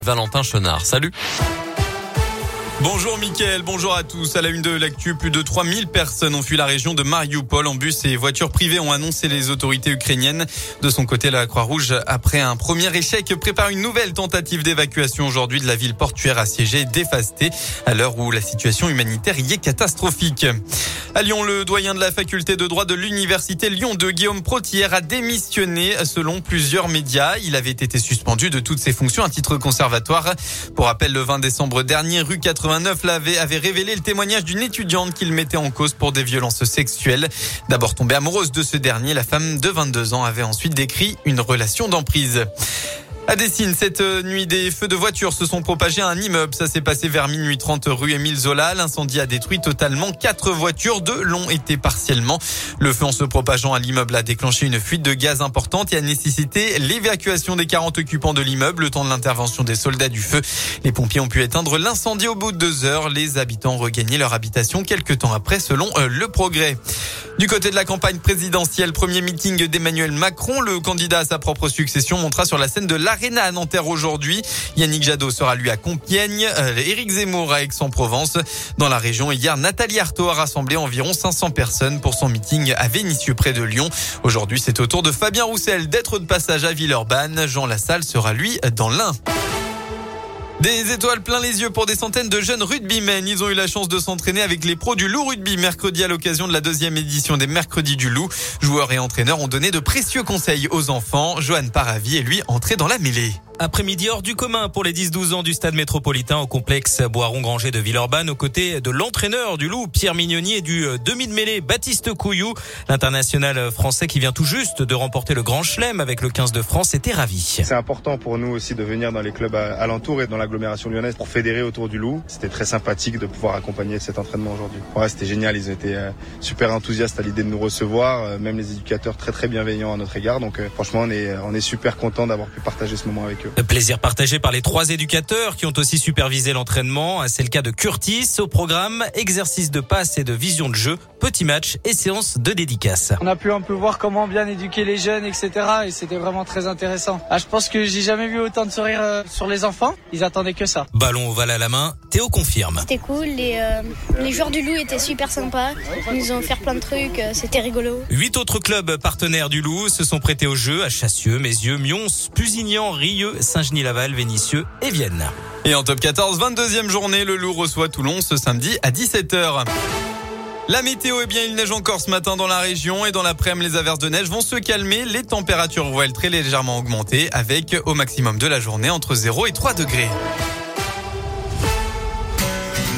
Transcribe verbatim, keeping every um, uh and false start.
Valentin Chenard, salut. Bonjour Mickaël, bonjour à tous. À la une de l'actu, plus de trois mille personnes ont fui la région de Mariupol en bus et voitures privées, ont annoncé les autorités ukrainiennes. De son côté, la Croix-Rouge, après un premier échec, prépare une nouvelle tentative d'évacuation aujourd'hui de la ville portuaire assiégée et dévastée à l'heure où la situation humanitaire y est catastrophique. À Lyon, le doyen de la faculté de droit de l'université Lyon deux, Guillaume Protière, a démissionné selon plusieurs médias. Il avait été suspendu de toutes ses fonctions à titre conservatoire. Pour rappel, le vingt décembre dernier, rue quatre-vingt-neuf l'avait avait révélé le témoignage d'une étudiante qu'il mettait en cause pour des violences sexuelles. D'abord tombée amoureuse de ce dernier, la femme de vingt-deux ans avait ensuite décrit une relation d'emprise. À Dessines, cette nuit, des feux de voiture se sont propagés à un immeuble. Ça s'est passé vers minuit trente rue Émile Zola. L'incendie a détruit totalement quatre voitures. Deux l'ont été partiellement. Le feu, en se propageant à l'immeuble, a déclenché une fuite de gaz importante et a nécessité l'évacuation des quarante occupants de l'immeuble. Le temps de l'intervention des soldats du feu, les pompiers ont pu éteindre l'incendie au bout de deux heures. Les habitants ont regagné leur habitation quelques temps après, selon Le Progrès. Du côté de la campagne présidentielle, premier meeting d'Emmanuel Macron. Le candidat à sa propre succession montera sur la scène de l'Arena à Nanterre aujourd'hui. Yannick Jadot sera lui à Compiègne, euh, Éric Zemmour à Aix-en-Provence. Dans la région, hier, Nathalie Arthaud a rassemblé environ cinq cents personnes pour son meeting à Vénissieux près de Lyon. Aujourd'hui, c'est au tour de Fabien Roussel d'être de passage à Villeurbanne. Jean Lassalle sera lui dans l'Ain. Des étoiles plein les yeux pour des centaines de jeunes rugbymen. Ils ont eu la chance de s'entraîner avec les pros du Loup Rugby mercredi à l'occasion de la deuxième édition des Mercredis du Loup. Joueurs et entraîneurs ont donné de précieux conseils aux enfants. Johan Paravi est lui entré dans la mêlée. Après-midi hors du commun pour les dix douze ans du stade métropolitain au complexe Boiron-Granger de Villeurbanne, aux côtés de l'entraîneur du Loup, Pierre Mignoni, et du demi de mêlée, Baptiste Couillou. L'international français qui vient tout juste de remporter le Grand Chelem avec le quinze de France était ravi. C'est important pour nous aussi de venir dans les clubs alentours et dans l'agglomération lyonnaise pour fédérer autour du Loup. C'était très sympathique de pouvoir accompagner cet entraînement aujourd'hui. Ouais, c'était génial, ils étaient super enthousiastes à l'idée de nous recevoir, même les éducateurs très très bienveillants à notre égard. Donc franchement, on est, on est super content d'avoir pu partager ce moment avec eux. Plaisir partagé par les trois éducateurs qui ont aussi supervisé l'entraînement. C'est le cas de Curtis. Au programme, exercice de passe et de vision de jeu, petit match et séance de dédicace. On a pu un peu voir comment bien éduquer les jeunes, et cetera. Et c'était vraiment très intéressant. Ah, je pense que j'ai jamais vu autant de sourires euh, sur les enfants. Ils attendaient que ça. Ballon ovale à la main, Théo confirme. C'était cool. Les, euh, les joueurs du Loup étaient super sympas. Ils nous ont fait plein de trucs. C'était rigolo. Huit autres clubs partenaires du Loup se sont prêtés au jeu à Chassieux, Mézieux, Mions, Pusignan, Rieux, Saint-Genis-Laval, Vénissieux et Vienne. Et en top quatorze, vingt-deuxième journée, le Loup reçoit Toulon ce samedi à dix-sept heures. La météo, eh bien, il neige encore ce matin dans la région et dans l'après-midi, les averses de neige vont se calmer. Les températures vont être très légèrement augmenter avec au maximum de la journée entre zéro et trois degrés.